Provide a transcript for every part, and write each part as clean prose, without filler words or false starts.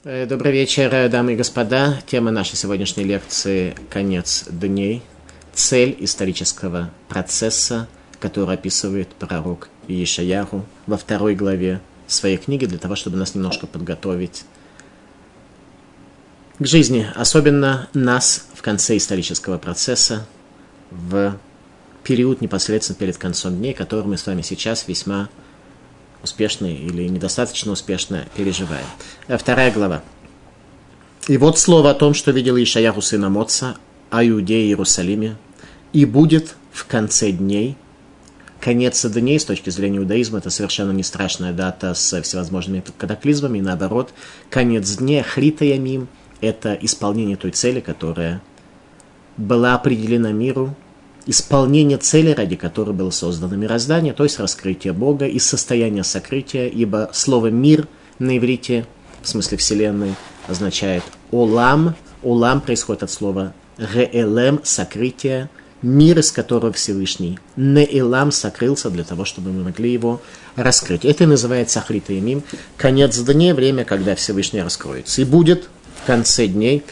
Добрый вечер, дамы и господа. Тема нашей сегодняшней лекции «Конец дней». Цель исторического процесса, который описывает пророк Иешаяху во 2 главе своей книги, для того, чтобы нас немножко подготовить к жизни, особенно нас в конце исторического процесса, в период непосредственно перед концом дней, который мы с вами сейчас весьма успешно или недостаточно успешно переживаем. 2 глава. «И вот слово о том, что видел Иешаяху сын Амоца о Иудее и Иерусалиме, и будет в конце дней». Конец дней, с точки зрения иудаизма, это совершенно не страшная дата с всевозможными катаклизмами, и наоборот, конец дней, Ахрита Ямим, это исполнение той цели, которая была определена миру, исполнение цели, ради которой было создано мироздание, то есть раскрытие Бога из состояния сокрытия, ибо слово «мир» на иврите, в смысле вселенной, означает «олам». «Олам» происходит от слова «реэлем» – сокрытие, мир, из которого Всевышний «неэлам» сокрылся для того, чтобы мы могли его раскрыть. Это и называется Ахрита Ямим, конец дней, время, когда Всевышний раскроется. И будет в конце дней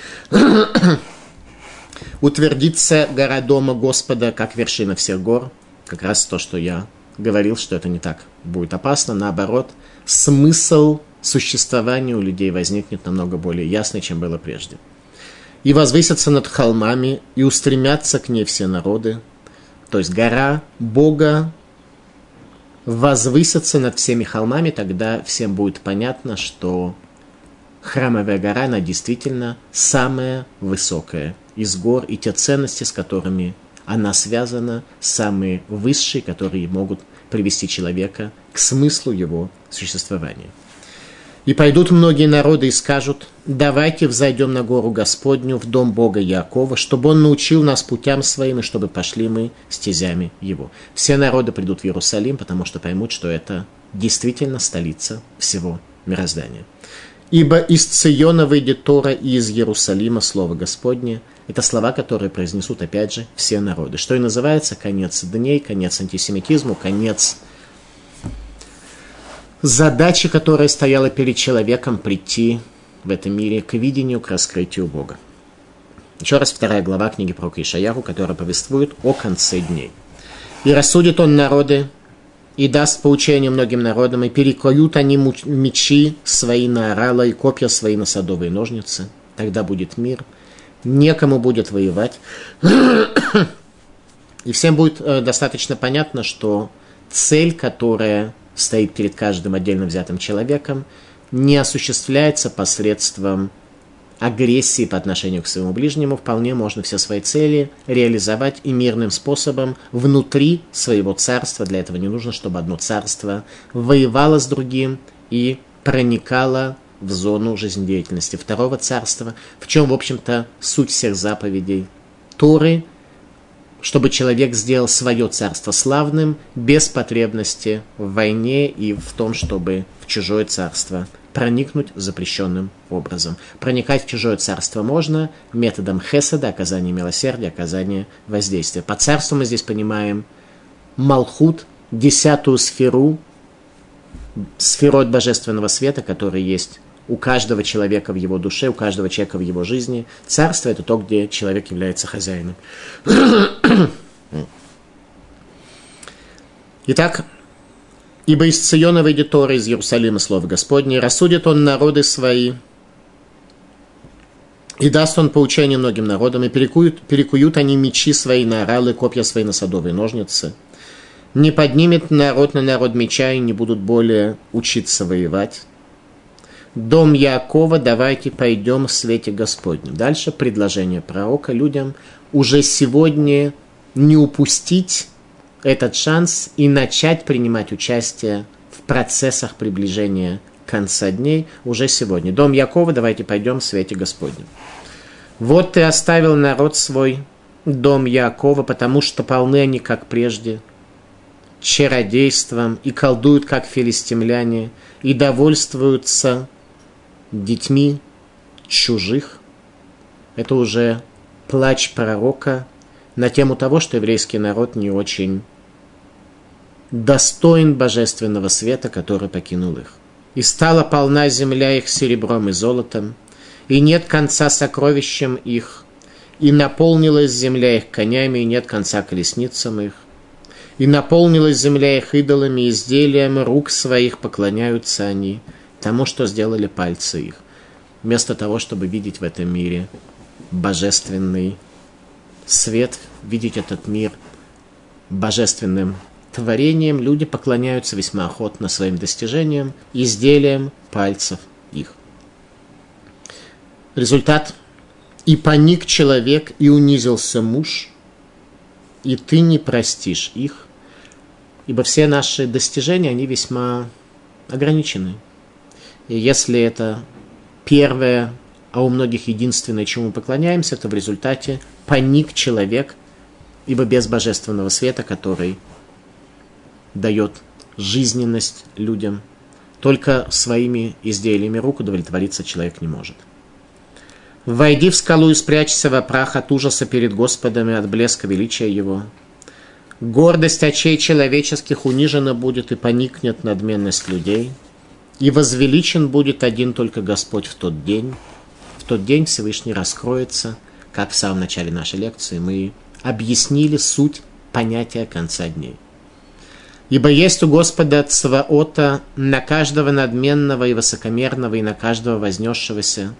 утвердится гора дома Господа, как вершина всех гор. Как раз то, что я говорил, что это не так будет опасно. Наоборот, смысл существования у людей возникнет намного более ясный, чем было прежде. «И возвысятся над холмами, и устремятся к ней все народы». То есть гора Бога возвысится над всеми холмами, тогда всем будет понятно, что Храмовая гора, она действительно самая высокая из гор, и те ценности, с которыми она связана, самые высшие, которые могут привести человека к смыслу его существования. «И пойдут многие народы и скажут: давайте взойдем на гору Господню, в дом Бога Яакова, чтобы он научил нас путям своим, и чтобы пошли мы стезями его». Все народы придут в Иерусалим, потому что поймут, что это действительно столица всего мироздания. «Ибо из Циона выйдет Тора, и из Иерусалима слово Господне». Это слова, которые произнесут, опять же, все народы. Что и называется конец дней, конец антисемитизму, конец задачи, которая стояла перед человеком, прийти в этом мире к видению, к раскрытию Бога. Еще раз 2 глава книги пророка Иешаяху, которая повествует о конце дней. «И рассудит он народы, и даст поучение многим народам, и перекроют они мечи свои на орала, и копья свои на садовые ножницы. Тогда будет мир, некому будет воевать». И всем будет достаточно понятно, что цель, которая стоит перед каждым отдельно взятым человеком, не осуществляется посредством агрессии по отношению к своему ближнему. Вполне можно все свои цели реализовать и мирным способом внутри своего царства. Для этого не нужно, чтобы одно царство воевало с другим и проникало в зону жизнедеятельности второго царства, в чем, в общем-то, суть всех заповедей Торы, чтобы человек сделал свое царство славным, без потребности в войне и в том, чтобы в чужое царство проникнуть запрещенным образом. Проникать в чужое царство можно методом хеседа, оказания милосердия, оказания воздействия. По царству мы здесь понимаем Малхут, 10-ю сферу, сферу от божественного света, который есть у каждого человека в его душе, у каждого человека в его жизни. Царство – это то, где человек является хозяином. Итак, «Ибо из Циона выйдет Тора, из Иерусалима слово Господне, и рассудит он народы свои, и даст он поучение многим народам, и перекуют они мечи свои на оралы, копья свои на садовые ножницы. Не поднимет народ на народ меча, и не будут более учиться воевать. Дом Яакова, давайте пойдем в свете Господнем». Дальше предложение пророка людям уже сегодня не упустить этот шанс и начать принимать участие в процессах приближения конца дней уже сегодня. «Дом Яакова, давайте пойдем в свете Господнем. Вот ты оставил народ свой, дом Яакова, потому что полны они, как прежде, чародейством, и колдуют, как филистимляне, и довольствуются детьми чужих». Это уже плач пророка на тему того, что еврейский народ не очень достоин божественного света, который покинул их. и стала полна земля их серебром и золотом, и нет конца сокровищам их, и наполнилась земля их конями, и нет конца колесницам их, и наполнилась земля их идолами, изделием рук своих поклоняются они тому, что сделали пальцы их. Вместо того, чтобы видеть в этом мире божественный свет, видеть этот мир божественным творением, люди поклоняются весьма охотно своим достижениям, изделиям пальцев их. Результат: «И поник человек, и унизился муж, и ты не простишь их, ибо все наши достижения, они весьма ограничены». И если это первое, а у многих единственное, чему мы поклоняемся, то в результате поник человек, ибо без божественного света, который дает жизненность людям, только своими изделиями рук удовлетвориться человек не может. «Войди в скалу и спрячься во прах от ужаса перед Господом и от блеска величия Его. Гордость очей человеческих унижена будет и поникнет надменность людей, и возвеличен будет один только Господь в тот день». В тот день Всевышний раскроется, как в самом начале нашей лекции мы объяснили суть понятия конца дней. «Ибо есть у Господа Цваота на каждого надменного и высокомерного, и на каждого вознесшегося,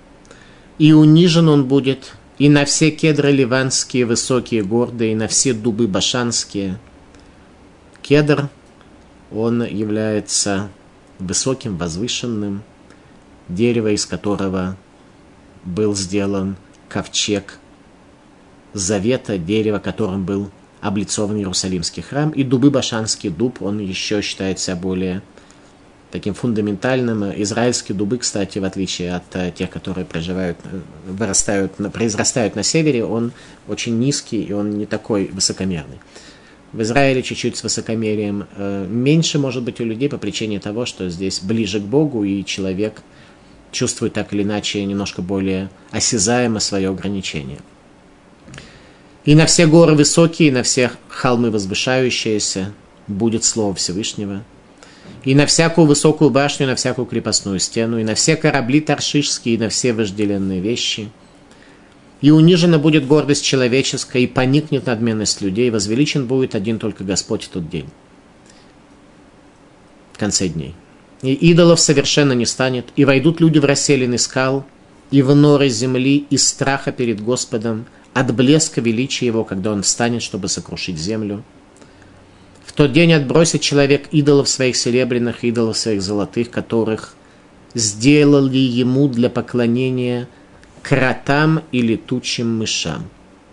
и унижен он будет и на все кедры ливанские, высокие, гордые, и на все дубы башанские». Кедр, он является высоким, возвышенным, дерево, из которого был сделан ковчег завета, дерево, которым был облицован Иерусалимский храм, и дубы башанский дуб, он еще считается более таким фундаментальным. Израильские дубы, кстати, в отличие от тех, которые произрастают на севере, он очень низкий, и он не такой высокомерный. В Израиле чуть-чуть с высокомерием меньше, может быть, у людей по причине того, что здесь ближе к Богу, и человек чувствует так или иначе немножко более осязаемо свое ограничение. «И на все горы высокие, и на все холмы возвышающиеся будет слово Всевышнего, и на всякую высокую башню, и на всякую крепостную стену, и на все корабли таршишские, и на все вожделенные вещи. И унижена будет гордость человеческая, и поникнет надменность людей, и возвеличен будет один только Господь в тот день». В конце дней. «И идолов совершенно не станет, и войдут люди в расселины скал, и в норы земли, из страха перед Господом, от блеска величия Его, когда Он встанет, чтобы сокрушить землю. В тот день отбросит человек идолов своих серебряных, идолов своих золотых, которых сделали ему для поклонения кротам и летучим мышам».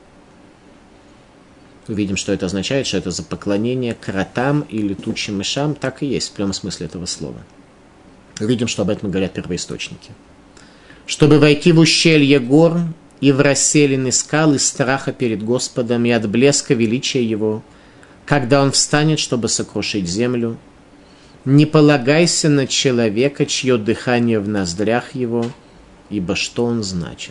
Увидим, что это означает, что это за поклонение кротам и летучим мышам. Так и есть в прямом смысле этого слова. Увидим, что об этом говорят первоисточники. «Чтобы войти в ущелье гор и в расселины скал из страха перед Господом и от блеска величия Его, когда Он встанет, чтобы сокрушить землю, не полагайся на человека, чье дыхание в ноздрях его, ибо что он значит?»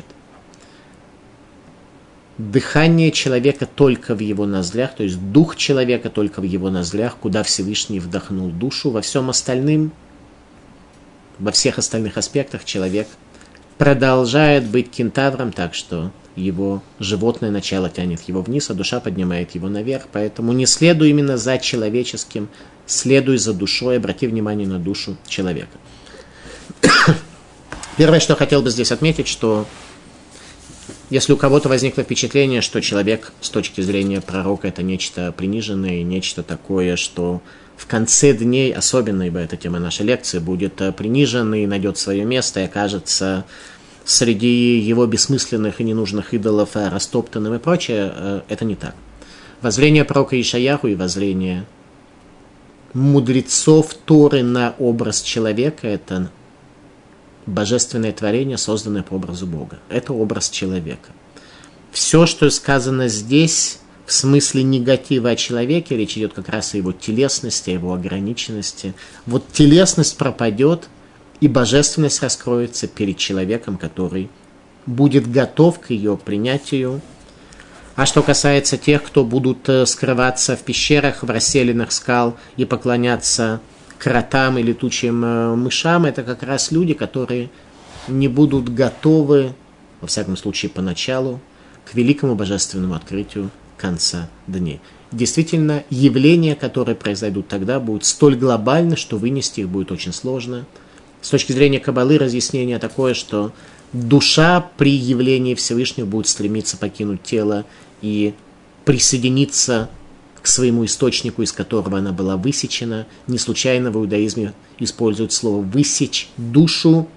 Дыхание человека только в его ноздрях, то есть дух человека только в его ноздрях, куда Всевышний вдохнул душу. Во всем остальном, во всех остальных аспектах человек продолжает быть кентавром, так что его животное начало тянет его вниз, а душа поднимает его наверх. Поэтому не следуй именно за человеческим, следуй за душой, обрати внимание на душу человека. Первое, что хотел бы здесь отметить, что если у кого-то возникло впечатление, что человек с точки зрения пророка это нечто приниженное, нечто такое, что в конце дней, особенно, ибо это тема нашей лекции, будет принижен и найдет свое место и окажется среди его бессмысленных и ненужных идолов растоптанным и прочее, это не так. Воззрение пророка Ишаяху и воззрение мудрецов Торы на образ человека – это божественное творение, созданное по образу Бога. Это образ человека. Все, что сказано здесь, в смысле негатива о человеке, речь идет как раз о его телесности, о его ограниченности. Вот телесность пропадет, и божественность раскроется перед человеком, который будет готов к ее принятию. А что касается тех, кто будут скрываться в пещерах, в расселинах скал и поклоняться кротам и летучим мышам, это как раз люди, которые не будут готовы, во всяком случае поначалу, к великому божественному открытию конца дней. Действительно, явления, которые произойдут тогда, будут столь глобальны, что вынести их будет очень сложно. С точки зрения Каббалы разъяснение такое, что душа при явлении Всевышнего будет стремиться покинуть тело и присоединиться к своему источнику, из которого она была высечена. Не случайно в иудаизме используют слово «высечь душу»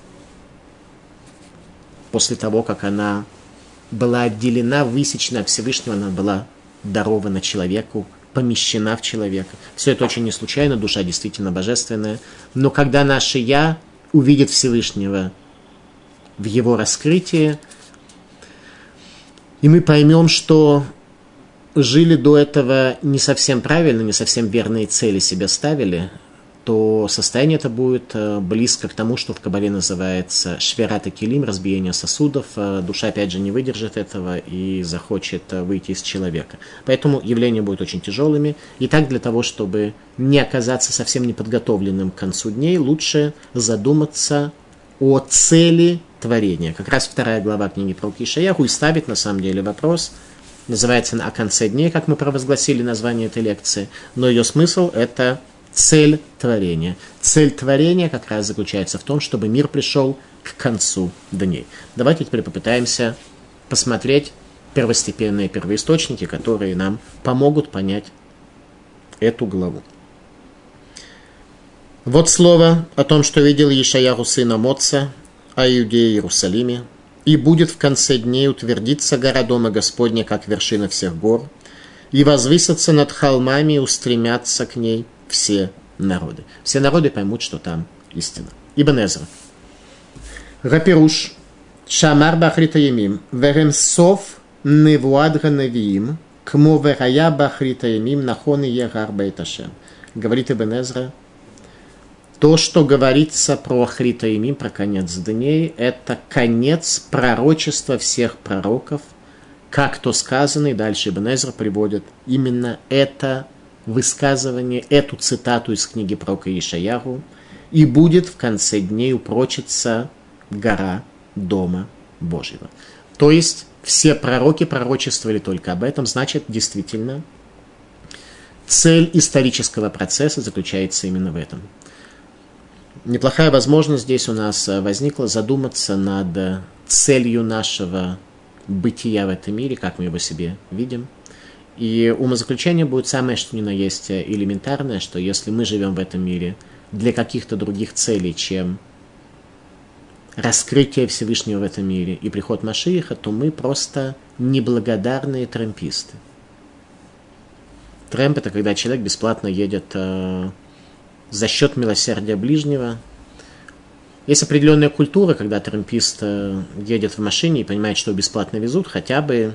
после того, как она была отделена, высечена от Всевышнего, она была дарована человеку, помещена в человека. Все это очень не случайно, душа действительно божественная. Но когда наше «я» увидит Всевышнего в его раскрытии, и мы поймем, что жили до этого не совсем правильно, не совсем верные цели себе ставили, то состояние это будет близко к тому, что в Кабале называется шверат акилим, разбиение сосудов. Душа, опять же, не выдержит этого и захочет выйти из человека. Поэтому явления будут очень тяжелыми. И так, для того, чтобы не оказаться совсем неподготовленным к концу дней, лучше задуматься о цели творения. Как раз 2 глава книги пророка Ишаяху и ставит, на самом деле, вопрос, называется «О конце дней», как мы провозгласили название этой лекции, но ее смысл – это цель творения. Цель творения как раз заключается в том, чтобы мир пришел к концу дней. Давайте теперь попытаемся посмотреть первостепенные первоисточники, которые нам помогут понять эту главу. Вот слово о том, что видел Ишаяху сын Амоца о Иудее и Иерусалиме. «И будет в конце дней утвердиться гора Дома Господня, как вершина всех гор, и возвысятся над холмами и устремятся к ней все народы». Все народы поймут, что там истина. Ибн Эзра. Гапируш. Шамар бахрита ямим. Верем сов невуад ганавиим. Кмо верая бахрита ямим нахон и егар бейт Ашем. Говорит Ибн Эзра. То, что говорится про Ахрита Ямим, про конец дней, это конец пророчества всех пророков, как то сказано, и дальше Ибн Эзра приводит именно это высказывание, эту цитату из книги пророка Ишаяху, и будет в конце дней упрочиться гора Дома Божьего. То есть все пророки пророчествовали только об этом, значит, действительно, цель исторического процесса заключается именно в этом. Неплохая возможность здесь у нас возникла задуматься над целью нашего бытия в этом мире, как мы его себе видим. И умозаключение будет самое, что ни на есть элементарное, что если мы живем в этом мире для каких-то других целей, чем раскрытие Всевышнего в этом мире и приход Машиаха, то мы просто неблагодарные трамписты. Трамп – это когда человек бесплатно едет за счет милосердия ближнего. Есть определенная культура, когда трампист едет в машине и понимает, что его бесплатно везут, хотя бы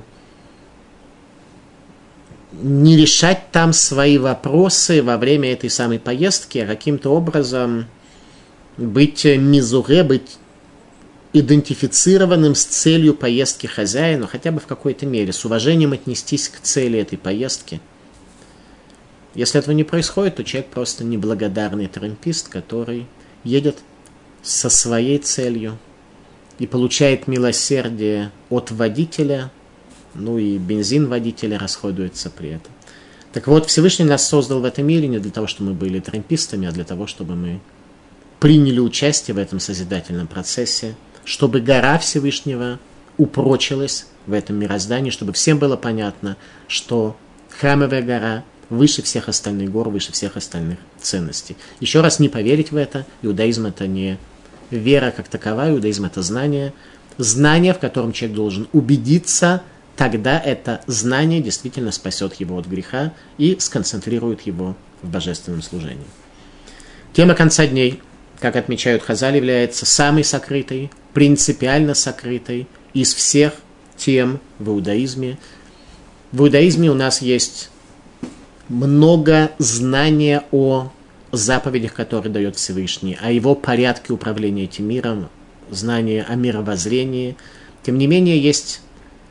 не решать там свои вопросы во время этой самой поездки, а каким-то образом быть мизуре, быть идентифицированным с целью поездки хозяина, хотя бы в какой-то мере, с уважением отнестись к цели этой поездки. Если этого не происходит, то человек просто неблагодарный трампист, который едет со своей целью и получает милосердие от водителя, ну и бензин водителя расходуется при этом. Так вот, Всевышний нас создал в этом мире не для того, чтобы мы были трампистами, а для того, чтобы мы приняли участие в этом созидательном процессе, чтобы гора Всевышнего упрочилась в этом мироздании, чтобы всем было понятно, что храмовая гора выше всех остальных гор, выше всех остальных ценностей. Еще раз, не поверить в это. Иудаизм – это не вера как таковая, иудаизм – это знание. Знание, в котором человек должен убедиться, тогда это знание действительно спасет его от греха и сконцентрирует его в божественном служении. Тема конца дней, как отмечают Хазаль, является самой сокрытой, принципиально сокрытой из всех тем в иудаизме. В иудаизме у нас есть много знания о заповедях, которые дает Всевышний, о его порядке управления этим миром, знания о мировоззрении. Тем не менее, есть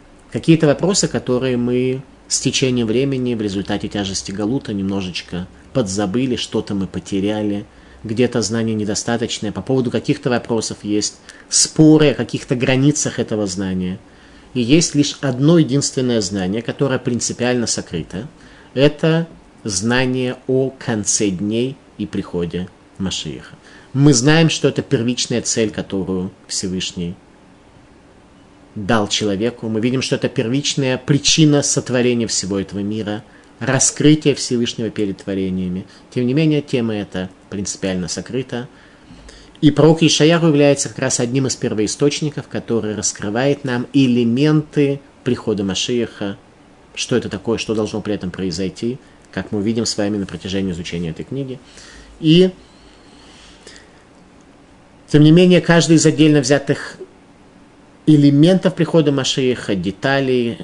какие-то вопросы, которые мы с течением времени в результате тяжести галута немножечко подзабыли, что-то мы потеряли, где-то знание недостаточное, по поводу каких-то вопросов есть споры о каких-то границах этого знания. И есть лишь одно единственное знание, которое принципиально сокрыто. Это знание о конце дней и приходе Машиаха. Мы знаем, что это первичная цель, которую Всевышний дал человеку. Мы видим, что это первичная причина сотворения всего этого мира, раскрытие Всевышнего перед творениями. Тем не менее, тема эта принципиально сокрыта. И пророк Ишаяху является как раз одним из первоисточников, который раскрывает нам элементы прихода Машиаха, что это такое, что должно при этом произойти, как мы увидим с вами на протяжении изучения этой книги. И, тем не менее, каждый из отдельно взятых элементов прихода Машиаха, деталей,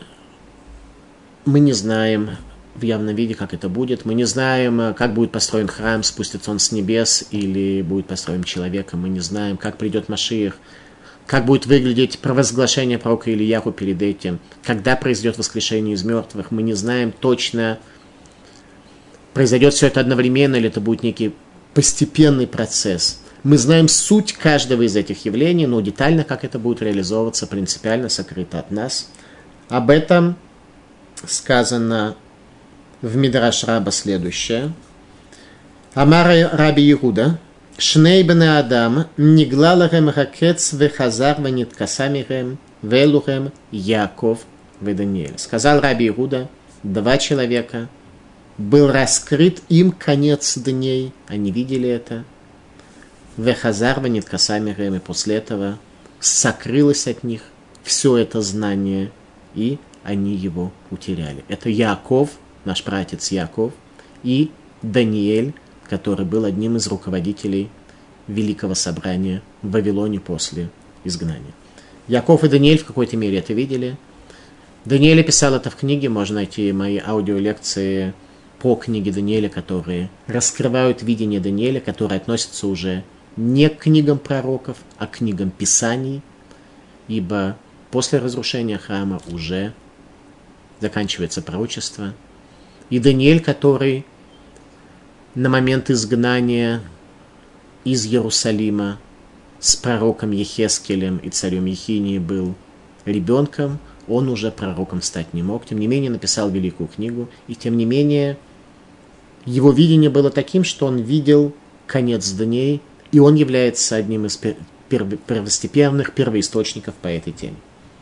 мы не знаем в явном виде, как это будет. Мы не знаем, как будет построен храм, спустится он с небес или будет построен человеком. Мы не знаем, как придет Машиах, как будет выглядеть провозглашение пророка Ильяху перед этим, когда произойдет воскрешение из мертвых. Мы не знаем точно, произойдет все это одновременно или это будет некий постепенный процесс. Мы знаем суть каждого из этих явлений, но детально, как это будет реализовываться, принципиально сокрыто от нас. Об этом сказано в Мидраш Раба следующее. Амар Раби Иуда, Шней бне Адам, нигла лахем хакец вехазар вениткасамихем, велухем Яков ве-Даниэль. Сказал Раби Иуда, два человека, был раскрыт им конец дней, они видели это. Вехазар вениткасамихем, и после этого сокрылось от них все это знание, и они его утеряли. Это Яков, наш праотец Яков, и Даниэль, который был одним из руководителей Великого Собрания в Вавилоне после изгнания. Яков и Даниэль в какой-то мере это видели. Даниэль писал это в книге, можно найти мои аудиолекции по книге Даниэля, которые раскрывают видение Даниэля, которые относятся уже не к книгам пророков, а к книгам Писаний, ибо после разрушения храма уже заканчивается пророчество. И Даниэль, который на момент изгнания из Иерусалима с пророком Ехескелем и царем Ехинией был ребенком, он уже пророком стать не мог. Тем не менее, написал великую книгу. И тем не менее, его видение было таким, что он видел конец дней, и он является одним из первостепенных первоисточников по этой теме.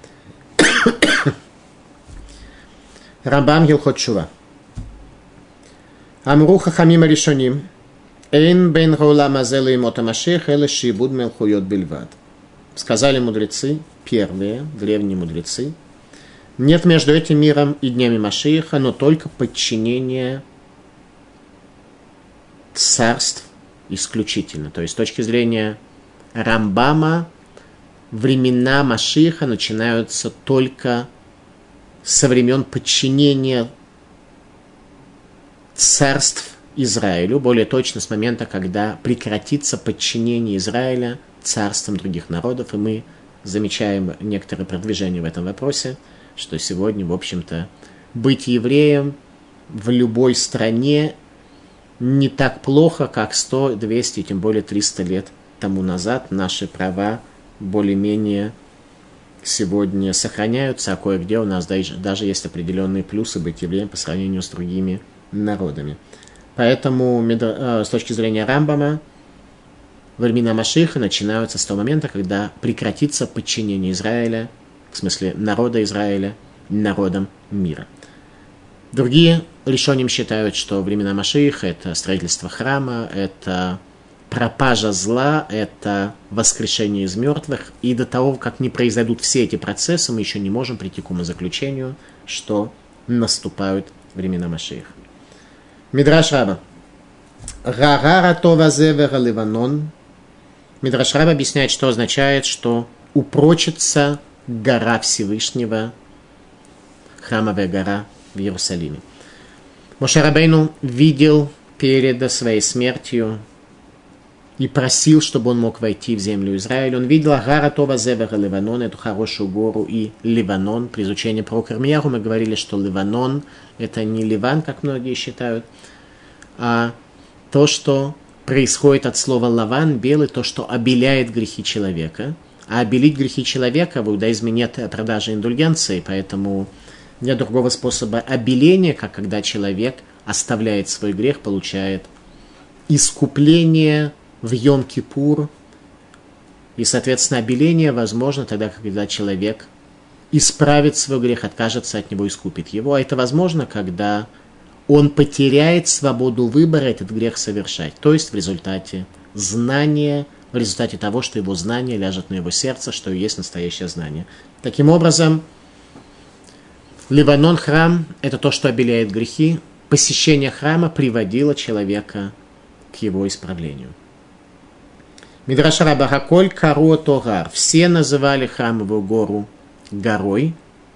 Рамбам Гилхот Шува. Амру хахамим аришоним, эйн бейн гаулам азе леймот амашиах, эле шиибуд мелхуйот бельвад. Сказали мудрецы, первые, древние мудрецы, нет между этим миром и днями Машиаха, но только подчинение царств исключительно. То есть с точки зрения Рамбама, времена Машиаха начинаются только со времен подчинения царств Израилю, более точно с момента, когда прекратится подчинение Израиля царствам других народов, и мы замечаем некоторое продвижение в этом вопросе, что сегодня, в общем-то, быть евреем в любой стране не так плохо, как 100, 200, тем более 300 лет тому назад. Наши права более-менее сегодня сохраняются, а кое-где у нас даже есть определенные плюсы быть евреем по сравнению с другими народами. Поэтому с точки зрения Рамбама времена Машиаха начинаются с того момента, когда прекратится подчинение Израиля, в смысле народа Израиля, народам мира. Другие решением считают, что времена Машиаха – это строительство храма, это пропажа зла, это воскрешение из мертвых. И до того, как не произойдут все эти процессы, мы еще не можем прийти к умозаключению, что наступают времена Машиаха. Мидраш Раба. Рагара това зевера Ливанон. Мидраш Раба объясняет, что означает, что упрочится гора Всевышнего, храмовая гора в Иерусалиме. Моше Рабейну видел перед своей смертью и просил, чтобы он мог войти в землю Израиля. Он видел Агара Това Зевера Ливанон, эту хорошую гору, и Ливанон. При изучении пророка Ирмияху мы говорили, что Ливанон – это не Ливан, как многие считают, а то, что происходит от слова лаван, белый, то, что обеляет грехи человека. А обелить грехи человека в иудаизме нет продажи индульгенции, поэтому нет другого способа обеления, как когда человек оставляет свой грех, получает искупление в Йом-Кипур. И, соответственно, обеление возможно тогда, когда человек исправит свой грех, откажется от него, искупит его. А это возможно, когда он потеряет свободу выбора этот грех совершать. То есть в результате знания, в результате того, что его знание ляжет на его сердце, что и есть настоящее знание. Таким образом, Ливанон, храм, это то, что обеляет грехи. Посещение храма приводило человека к его исправлению. Мидраш Раба Хаколь Каро Тогар. Все называли храмовую гору горой.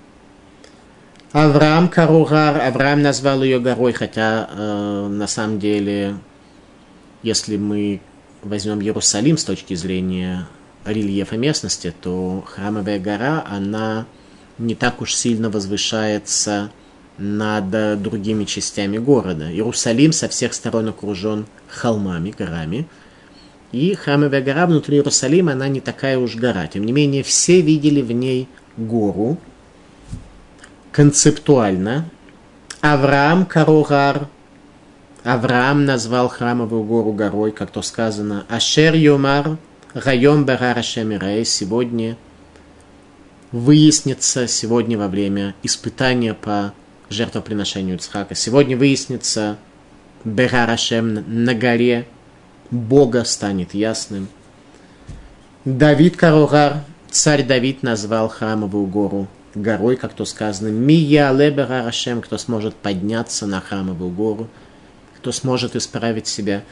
Авраам Каругар, Авраам назвал ее горой, хотя на самом деле, если мы возьмем Иерусалим с точки зрения рельефа местности, то храмовая гора, она не так уж сильно возвышается над другими частями города. Иерусалим со всех сторон окружен холмами, горами, и храмовая гора внутри Иерусалима, она не такая уж гора. Тем не менее, все видели в ней гору. Концептуально Авраам Каругар, Авраам назвал храмовую гору горой, как то сказано, Ашер Йомар Райом Бера Рашем Ирае, сегодня выяснится, сегодня во время испытания по жертвоприношению Ицхака, сегодня выяснится Бера Рашем на горе Бога станет ясным. Давид Каругар, царь Давид назвал храмовую гору горой, как то сказано, Мия Лебера Рашем, кто сможет подняться на храмовую гору, кто сможет исправить себя.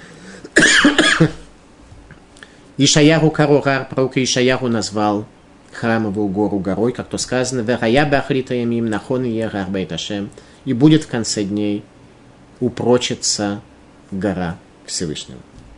Ишаяху Каругар, пророк Ишаяху назвал храмовую гору горой, как то сказано, Верая Бахрита Ямим Нахон Егар Бейт Ашем, и будет в конце дней упрочиться гора Всевышнего.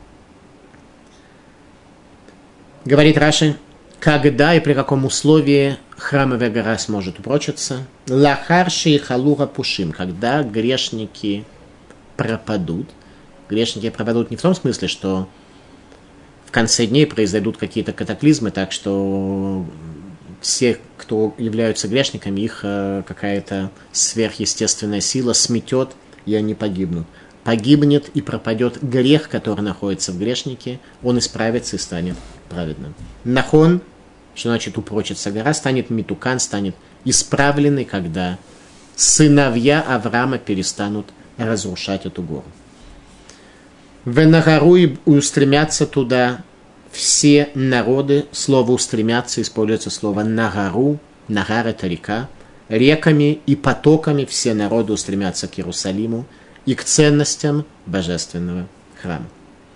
Говорит Раши, когда и при каком условии храмовая гора сможет упрочиться? Лахарши и халура пушим, когда грешники пропадут. Грешники пропадут не в том смысле, что в конце дней произойдут какие-то катаклизмы, так что все, кто являются грешниками, их какая-то сверхъестественная сила сметет, и они погибнут. Погибнет и пропадет грех, который находится в грешнике, он исправится и станет праведным. Нахон, что значит упрочится гора, станет митукан, станет исправленной, когда сыновья Авраама перестанут разрушать эту гору. В Нагару и устремятся туда все народы. Слово «устремятся» используется слово «нагару». Нагар – это река. Реками и потоками все народы устремятся к Иерусалиму и к ценностям божественного храма.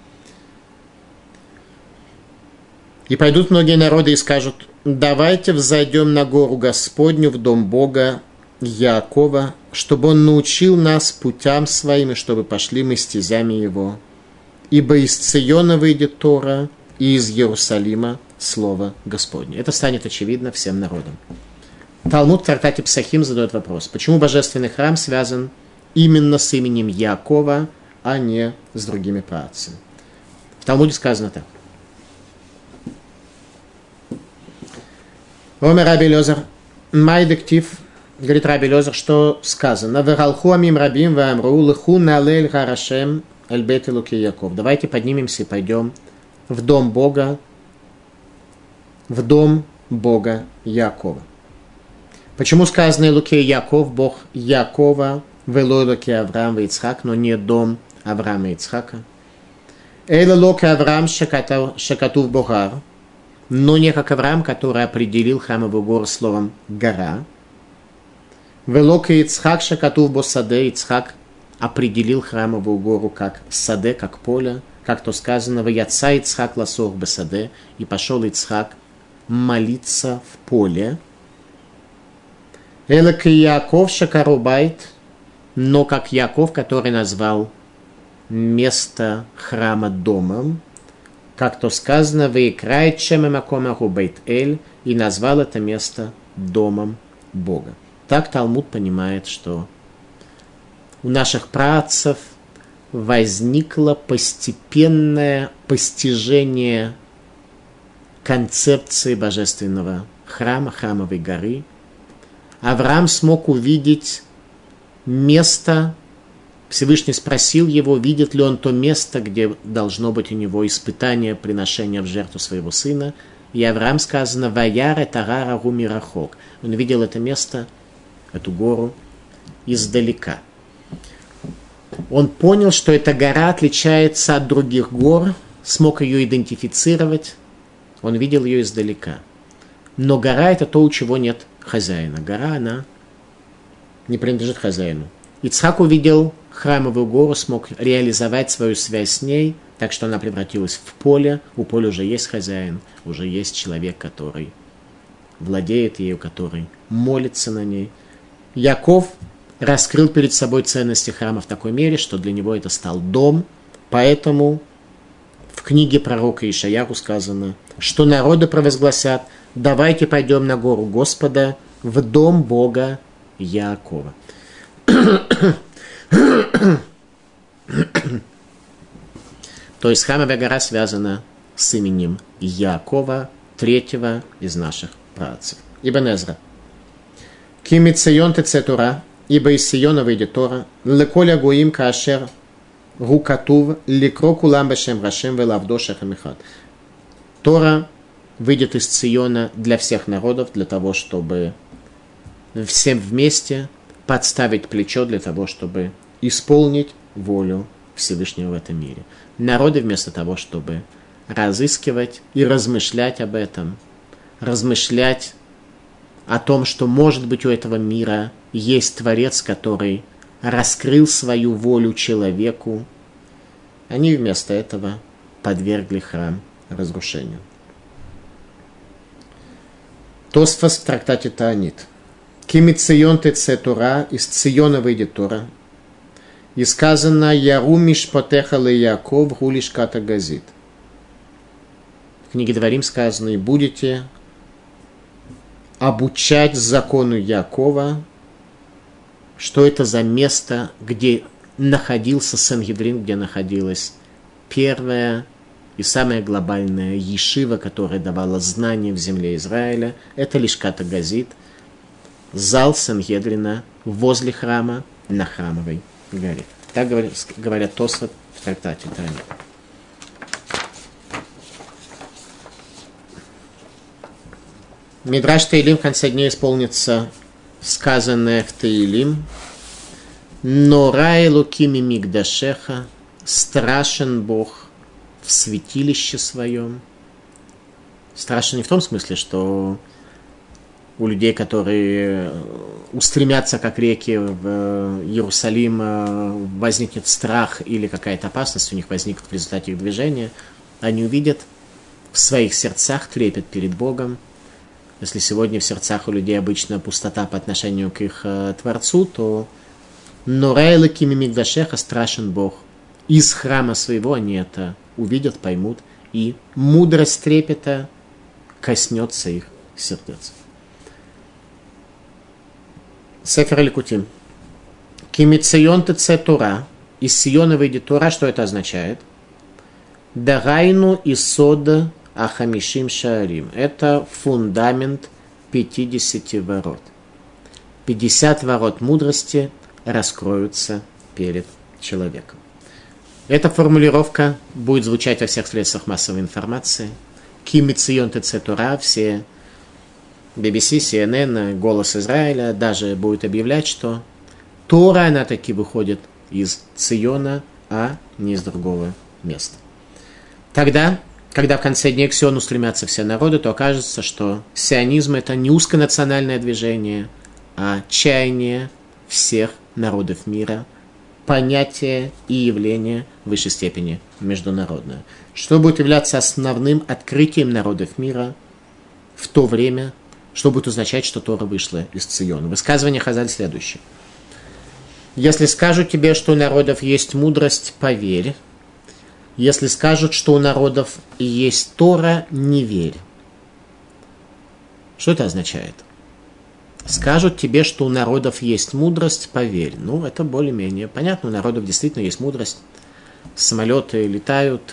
И пойдут многие народы и скажут: давайте взойдем на гору Господню, в дом Бога Яакова, чтобы он научил нас путям своим, и чтобы пошли мы стезями его. Ибо из Циона выйдет Тора, и из Иерусалима Слово Господне. Это станет очевидно всем народам. Талмуд в трактате Псахим задает вопрос: почему божественный храм связан именно с именем Яакова, а не с другими праотцами? В Талмуде сказано так. Омер Раби Лозер, майдектив, говорит Раби Лозер, что сказано: «Вегалху амим рабим ваамру леху налель харашем эльбет элуки Яков». Давайте поднимемся и пойдем в дом Бога Якова. Почему сказано элуки Яков, Бог Якова, вело элуки Авраам и Ицхак, но не дом Авраама и Ицхака? Эле элуки Авраам шекатув Богар, но не как Авраам, который определил храмовую гору словом «гора». Велока Ицхак шакатув бо саде, Ицхак определил храмовую гору как саде, как поле, как то сказано: «Ваяца Ицхак ласох бесаде», и пошел Ицхак молиться в поле. Элека Яаков шакарубайт, но как Яаков, который назвал место храма домом, как то сказано: «Ваикрай чемэ макомаху бейт эль», и назвал это место домом Бога. Так Талмуд понимает, что у наших праотцев возникло постепенное постижение концепции божественного храма, храмовой горы. Авраам смог увидеть место. Всевышний спросил его, видит ли он то место, где должно быть у него испытание приношения в жертву своего сына. И Авраам сказано, «Ваяре тарара гумирахок». Он видел это место, эту гору, издалека. Он понял, что эта гора отличается от других гор, смог ее идентифицировать. Он видел ее издалека. Но гора – это то, у чего нет хозяина. Гора, она не принадлежит хозяину. Ицхак увидел храмовую гору, смог реализовать свою связь с ней, так что она превратилась в поле. У поля уже есть хозяин, уже есть человек, который владеет ею, который молится на ней. Яков раскрыл перед собой ценности храма в такой мере, что для него это стал дом. Поэтому в книге пророка Ишаяху сказано, что народы провозгласят, давайте пойдем на гору Господа, в дом Бога Яакова. То есть храмовая гора связана с именем Яакова, третьего из наших праотцов. Ибн Эзра. Ки Цион тецэ Тора, ибо из Сиона выйдет Тора, леколя гуим каашер гукатув ликро кулам бешем рашем велавдо шехем эхад. Тора выйдет из Циона для всех народов, для того, чтобы всем вместе подставить плечо для того, чтобы исполнить волю Всевышнего в этом мире. Народы вместо того, чтобы разыскивать и размышлять об этом, размышлять о том, что, может быть, у этого мира есть Творец, который раскрыл свою волю человеку, они вместо этого подвергли храм разрушению. Тосфос в трактате Таанит. Ки Цион тецэ Тора, из Циона выйдет Тора. И сказано, Яру мишпотеха ле Яаков гулиш ката газит. В книге Дворим сказано, и будете обучать закону Яакова. Что это за место, где находился Сангедрин, где находилась первая и самая глобальная ешива, которая давала знания в земле Израиля. Это Лишкат ха-Газит, зал Сангедрина возле храма на Храмовой горе. Так говорят Тосфот в трактате Таанит. Мидраш Теилим в конце дней исполнится сказанное в Теилим. Нора элокими мигдашеха, страшен Бог в святилище своем. Страшен не в том смысле, что у людей, которые устремятся как реки в Иерусалим, возникнет страх или какая-то опасность у них возникнет в результате их движения, они увидят в своих сердцах трепет перед Богом. Если сегодня в сердцах у людей обычно пустота по отношению к их Творцу, то Норайлакими Мигдашеха, страшен Бог. Из храма своего они это увидят, поймут, и мудрость трепета коснется их сердец. Сефер Ликутим. Ки Цион тецэ Тора, из Сиона выйдет Тора, что это означает? Дарайну и сода Ахамишим Шаарим. Это фундамент 50 ворот. 50 ворот мудрости раскроются перед человеком. Эта формулировка будет звучать во всех средствах массовой информации. Ки Цион тецэ Тора, все BBC, CNN, Голос Израиля даже будет объявлять, что Тора, она таки выходит из Циона, а не из другого места. Тогда, когда в конце дней к Сиону стремятся все народы, то окажется, что сионизм – это не узконациональное движение, а чаяние всех народов мира, понятие и явление в высшей степени международное. Что будет являться основным открытием народов мира в то время, что будет означать, что Тора вышла из Циона. Высказывание Хазаль следующее. Если скажут тебе, что у народов есть мудрость, поверь. Если скажут, что у народов есть Тора, не верь. Что это означает? Скажут тебе, что у народов есть мудрость, поверь. Ну, это более-менее понятно. У народов действительно есть мудрость. самолеты летают,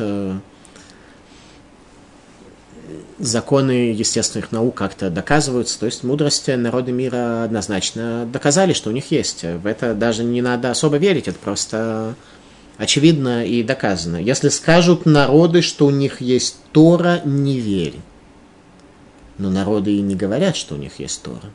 законы естественных наук как-то доказываются. То есть мудрость народы мира однозначно доказали, что у них есть. В это даже не надо особо верить, это просто очевидно и доказано. Если скажут народы, что у них есть Тора, не верь. Но народы и не говорят, что у них есть Тора.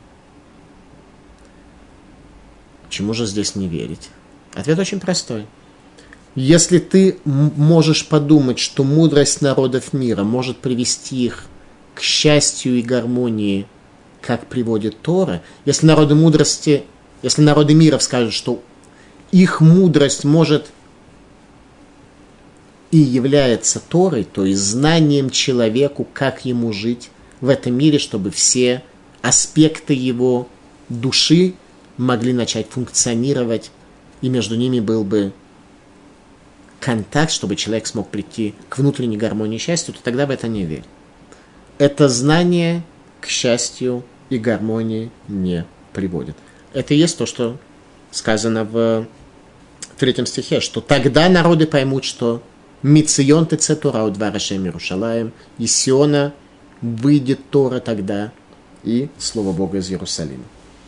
Чему же здесь не верить? Ответ очень простой. Если ты можешь подумать, что мудрость народов мира может привести их к счастью и гармонии, как приводит Тора, если народы мира скажут, что их мудрость может и является Торой, то есть знанием человеку, как ему жить в этом мире, чтобы все аспекты его души могли начать функционировать, и между ними был бы контакт, чтобы человек смог прийти к внутренней гармонии и счастью, то тогда в это не верь. Это знание к счастью и гармонии не приводит. Это и есть то, что сказано в 3 стихе, что тогда народы поймут, что «Мицион теце Тора у двора Шем Иерушалаим», из Сиона выйдет Тора тогда и Слово Бога из Иерусалима.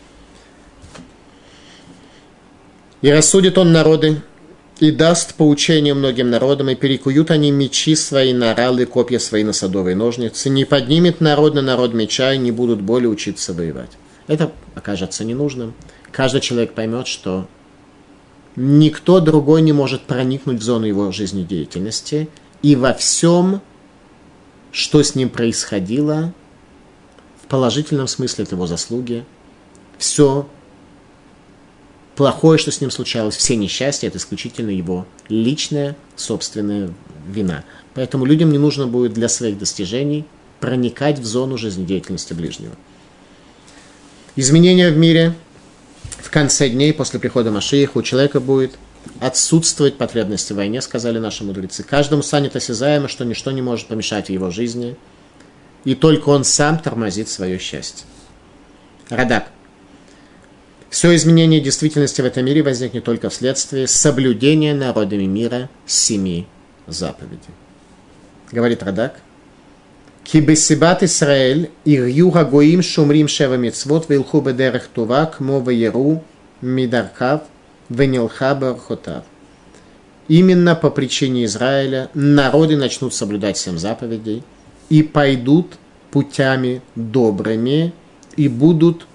«И рассудит он народы, и даст поучение многим народам, и перекуют они мечи свои на оралы, копья свои на садовые ножницы, не поднимет народ на народ меча, и не будут более учиться воевать». Это окажется ненужным. Каждый человек поймет, что никто другой не может проникнуть в зону его жизнедеятельности, и во всем, что с ним происходило, в положительном смысле это его заслуги, все плохое, что с ним случалось, все несчастья, это исключительно его личная, собственная вина. Поэтому людям не нужно будет для своих достижений проникать в зону жизнедеятельности ближнего. Изменения в мире в конце дней, после прихода Машиаха, у человека будет отсутствовать потребность в войне, сказали наши мудрецы. Каждому станет осязаемо, что ничто не может помешать в его жизни, и только он сам тормозит свое счастье. Радак. Все изменение действительности в этом мире возникнет только вследствие соблюдения народами мира 7 заповедей. Говорит Радак. Ки бесибат Исраэль ирью хагоим шумрим шева мицвот вилху бедерех тува кмо ваеру мидархав венилха бархотав. Именно по причине Израиля народы начнут соблюдать 7 заповедей и пойдут путями добрыми и будут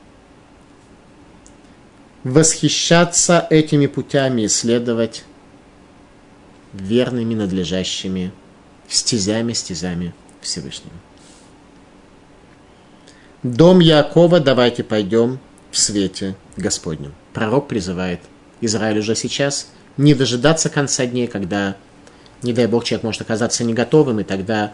восхищаться этими путями и следовать верными, надлежащими стезями Всевышнего. Дом Яакова, давайте пойдем в свете Господнем. Пророк призывает Израиль уже сейчас не дожидаться конца дней, когда, не дай Бог, человек может оказаться не готовым, и тогда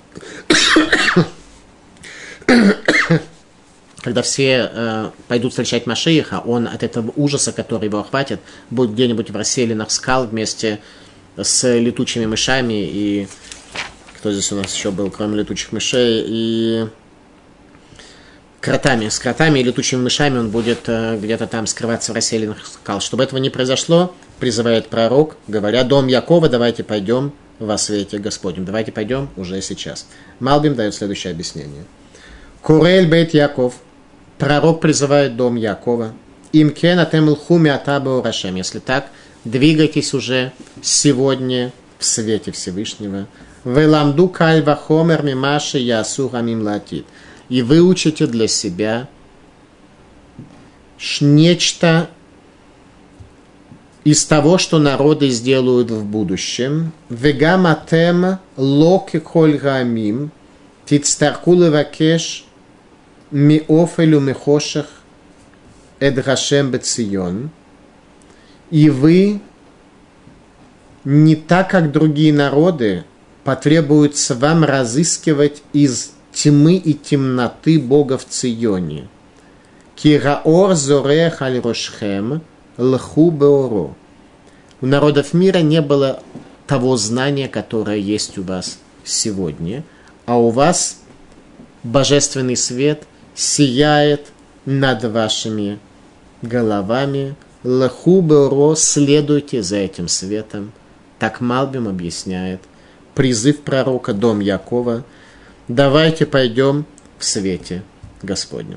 когда все пойдут встречать Машиаха, он от этого ужаса, который его охватит, будет где-нибудь в расселинах скал вместе с летучими мышами и кто здесь у нас еще был, кроме летучих мышей, и кротами. С кротами и летучими мышами он будет где-то там скрываться в расселинах скал. Чтобы этого не произошло, призывает пророк, говоря: «Дом Якова, давайте пойдем во свете Господнем». Давайте пойдем уже сейчас. Малбим дает следующее объяснение. Курель бейт Яков. Пророк призывает дом Якова. Имкен атем лху миатабу рашем. Если так, двигайтесь уже сегодня в свете Всевышнего. Веламду каль вахомер мимаши ясу хамим латит. И выучите для себя нечто из того, что народы сделают в будущем. Вегам атем локи коль гамим тицтарку левакеш миофелю мехошах эдгашем бецион. И вы не так, как другие народы, потребуется вам разыскивать из тьмы и темноты Бога в Ционе. Кираор зорех аль рошхем лху беоро. У народов мира не было того знания, которое есть у вас сегодня, а у вас божественный свет сияет над вашими головами. Лху беоро, следуйте за этим светом, Так Малбим объясняет призыв пророка, дом Якова: давайте пойдем в свете Господнем.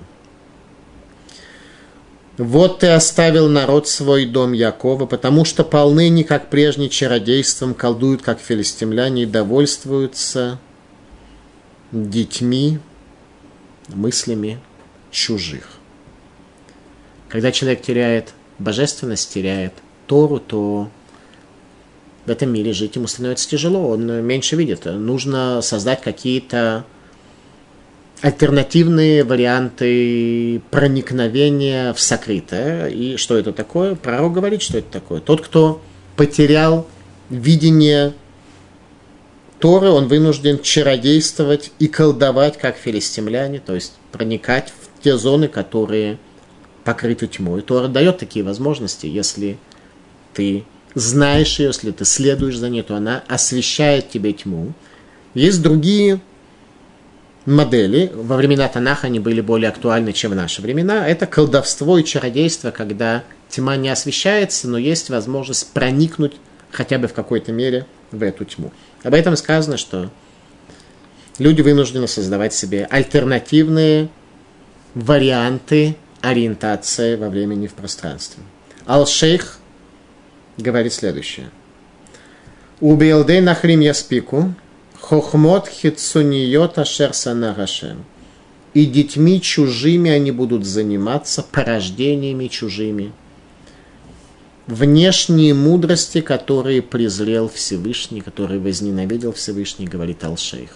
Вот ты оставил народ свой, дом Якова, потому что полны не как прежний чародейством, колдуют, как филистимляне, и довольствуются детьми, мыслями чужих. Когда человек теряет божественность, теряет Тору, то в этом мире жить ему становится тяжело, он меньше видит. Нужно создать какие-то альтернативные варианты проникновения в сокрытое. И что это такое? Пророк говорит, что это такое. Тот, кто потерял видение Торы, он вынужден чародействовать и колдовать, как филистимляне, то есть проникать в те зоны, которые покрыты тьмой. Тора дает такие возможности, если ты знаешь ее, если ты следуешь за ней, то она освещает тебе тьму. Есть другие модели. Во времена Танаха они были более актуальны, чем в наши времена. Это колдовство и чародейство, когда тьма не освещается, но есть возможность проникнуть хотя бы в какой-то мере в эту тьму. Об этом сказано, что люди вынуждены создавать себе альтернативные варианты ориентации во времени и в пространстве. Ал-Шейх говорит следующее. Убиэлдей нахрим яспику, хохмот хитсуниот ашер сана Гашем. И детьми чужими они будут заниматься, порождениями чужими. Внешние мудрости, которые презрел Всевышний, которые возненавидел Всевышний, говорит Ал-Шейх.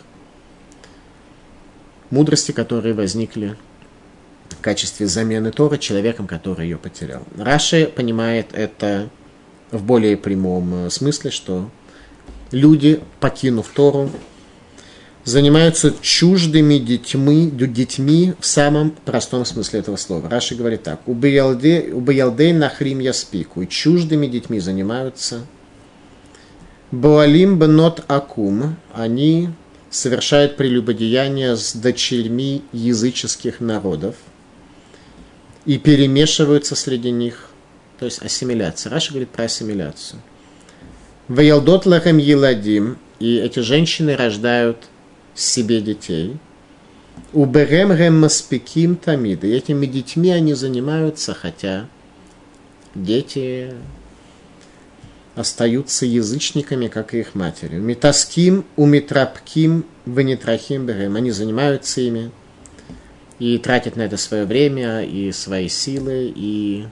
Мудрости, которые возникли в качестве замены Торы человеком, который ее потерял. Раши понимает это в более прямом смысле, что люди, покинув Тору, занимаются чуждыми детьми в самом простом смысле этого слова. Раши говорит так. Убиялдей нахрим яспику. И чуждыми детьми занимаются. Боалим бнот акум. Они совершают прелюбодеяние с дочерьми языческих народов. И перемешиваются среди них. То есть ассимиляция. Раши говорит про ассимиляцию. Ваялдот лахем еладим. И эти женщины рождают себе детей. Уберем рем маспеким тамид. И этими детьми они занимаются, хотя дети остаются язычниками, как и их матери. Митаским умитрапким венитрахим берем. Они занимаются ими и тратят на это свое время и свои силы, и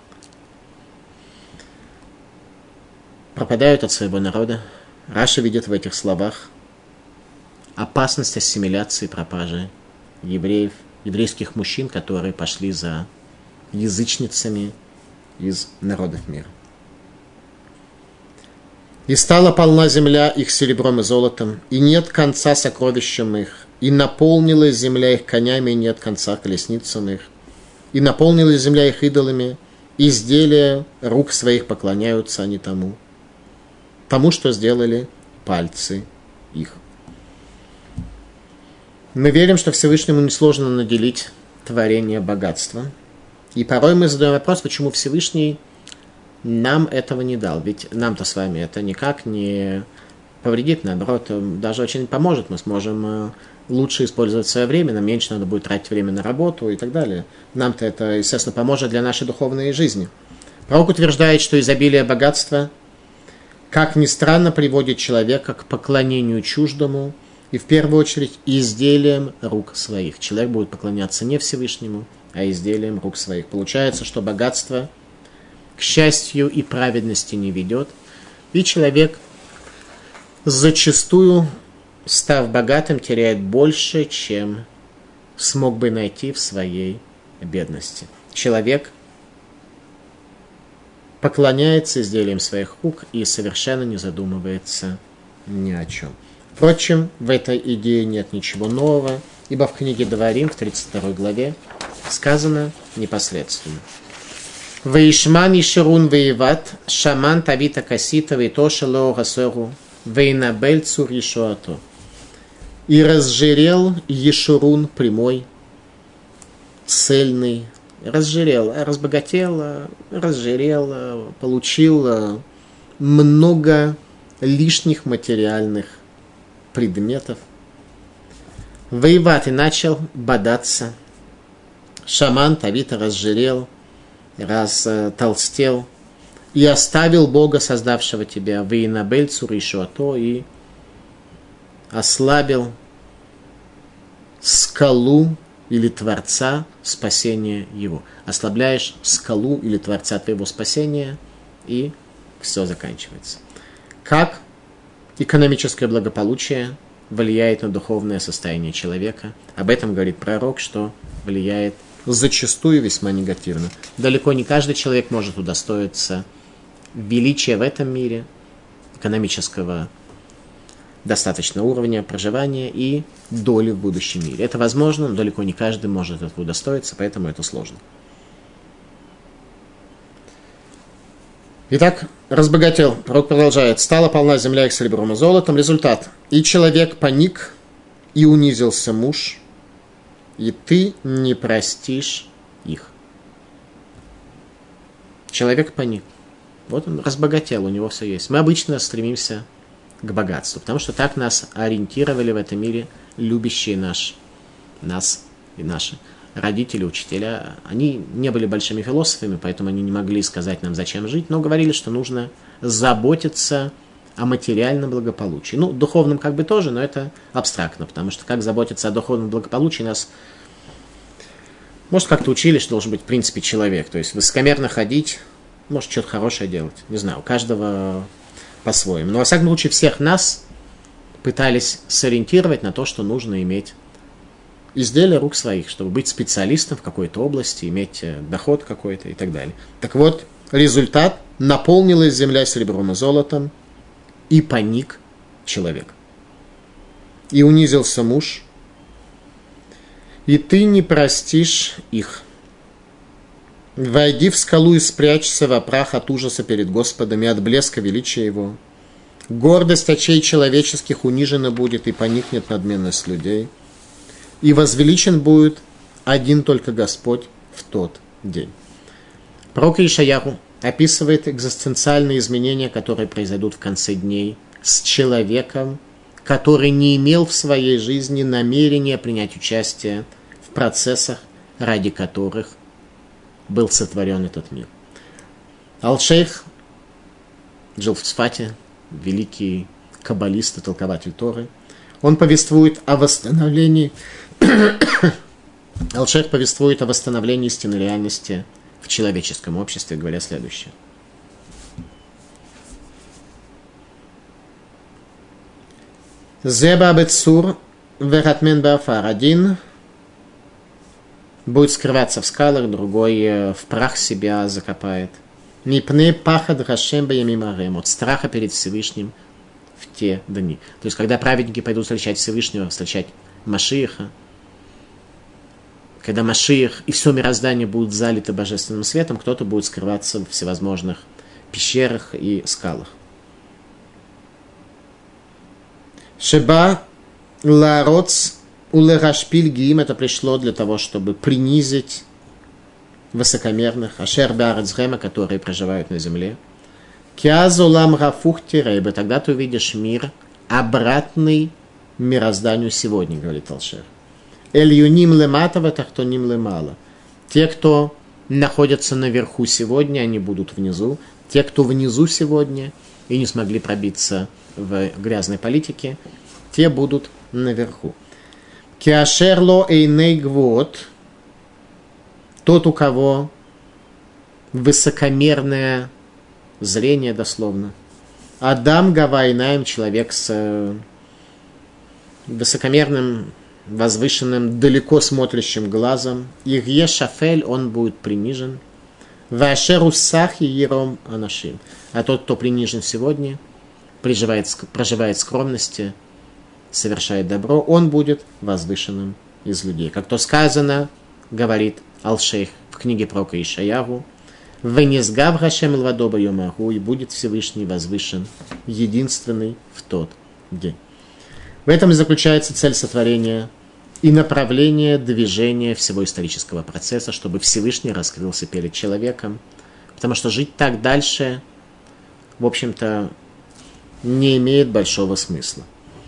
пропадают от своего народа. Раша видит в этих словах опасность ассимиляции, пропажи евреев, еврейских мужчин, которые пошли за язычницами из народов мира. И стала полна земля их серебром и золотом, и нет конца сокровищам их, и наполнилась земля их конями, и нет конца колесницам их, и наполнилась земля их идолами, изделия рук своих поклоняются они тому, что сделали пальцы их. Мы верим, что Всевышнему несложно наделить творение богатства. И порой мы задаем вопрос, почему Всевышний нам этого не дал. Ведь нам-то с вами это никак не повредит, наоборот, даже очень поможет. Мы сможем лучше использовать свое время, нам меньше надо будет тратить время на работу и так далее. Нам-то это, естественно, поможет для нашей духовной жизни. Пророк утверждает, что изобилие богатства, как ни странно, приводит человека к поклонению чуждому, и в первую очередь изделием рук своих. Человек будет поклоняться не Всевышнему, а изделием рук своих. Получается, что богатство к счастью и праведности не ведет. И человек, зачастую, став богатым, теряет больше, чем смог бы найти в своей бедности. Человек поклоняется изделиям своих рук и совершенно не задумывается ни о чем. Впрочем, в этой идее нет ничего нового, ибо в книге Дворим, в 32 главе, сказано непосредственно. «Ваишман Ишерун воеват, шаман тавита касита, вейтоша лоо гасору, вейнабель цур Ешуато». И разжирел Ешурун прямой, цельный, разбогател, разжирел, получил много лишних материальных предметов. Воевать и начал бодаться. Шаман Тавита разжирел, растолстел и оставил Бога, создавшего тебя, Вейнабель Цуришуато, и ослабил скалу или Творца спасения его. Ослабляешь скалу или Творца твоего спасения, и все заканчивается. Как экономическое благополучие влияет на духовное состояние человека? Об этом говорит пророк, что влияет зачастую весьма негативно. Далеко не каждый человек может удостоиться величия в этом мире, экономического достаточного уровня проживания и доли в будущем мире. Это возможно, но далеко не каждый может этого удостоиться, поэтому это сложно. Итак, разбогател. Пророк продолжает. Стала полна земля их серебром и золотом. Результат. И человек паник, и унизился муж, и ты не простишь их. Человек паник. Вот он разбогател, у него все есть. Мы обычно стремимся к богатству, потому что так нас ориентировали в этом мире любящие нас и наши родители, учителя. Они не были большими философами, поэтому они не могли сказать нам, зачем жить, но говорили, что нужно заботиться о материальном благополучии. Ну, духовном как бы тоже, но это абстрактно, потому что как заботиться о духовном благополучии нас, может, как-то учили, что должен быть в принципе человек, то есть высокомерно ходить, может, что-то хорошее делать, не знаю, у каждого по-своему. Но, во всяком случае, всех нас пытались сориентировать на то, что нужно иметь изделия рук своих, чтобы быть специалистом в какой-то области, иметь доход какой-то и так далее. Так вот, результат: наполнилась земля серебром и золотом, и паник человек. И унизился муж, и ты не простишь их. Войди в скалу и спрячься во прах от ужаса перед Господом и от блеска величия Его. Гордость очей человеческих унижена будет, и поникнет надменность людей. И возвеличен будет один только Господь в тот день. Пророк Ишаяху описывает экзистенциальные изменения, которые произойдут в конце дней с человеком, который не имел в своей жизни намерения принять участие в процессах, ради которых был сотворен этот мир. Аль-Шейх жил в Цфате, великий каббалист и толкователь Торы. Он повествует о восстановлении Аль-Шейх повествует о восстановлении истинной реальности в человеческом обществе, говоря следующее. Зеба бецур вератмен бафар. Один будет скрываться в скалах, другой в прах себя закопает. Мипне пахад рашем баямим арем. От страха перед Всевышним в те дни. То есть, когда праведники пойдут встречать Всевышнего, встречать Машиаха, когда Машиах и все мироздание будут залиты божественным светом, кто-то будет скрываться в всевозможных пещерах и скалах. Шеба лароц улерашпиль гиим. Это пришло для того, чтобы принизить высокомерных, ашер баарецхема, которые проживают на земле. Киазулам рафух тирейбе. Тогда ты увидишь мир, обратный мирозданию сегодня, говорит Алшер. Эль юним лематова, тахтоним лемала. Те, кто находятся наверху сегодня, они будут внизу. Те, кто внизу сегодня и не смогли пробиться в грязной политике, те будут наверху. Киашерло эйней гвот. Тот, у кого высокомерное зрение, дословно. Адам гавайнаем, человек с высокомерным, возвышенным, далеко смотрящим глазом. Ихе шафель, он будет принижен. Вашеру сахи ером анашим. А тот, кто принижен сегодня, проживает в скромности, совершает добро, он будет возвышенным из людей. Как то сказано, говорит Аль-Шейх в книге пророка Ишаяху, «Венизгав Хашем лвадоба йомаху», и будет Всевышний возвышен, единственный в тот день. В этом и заключается цель сотворения и направление движения всего исторического процесса, чтобы Всевышний раскрылся перед человеком, потому что жить так дальше, в общем-то, не имеет большого смысла.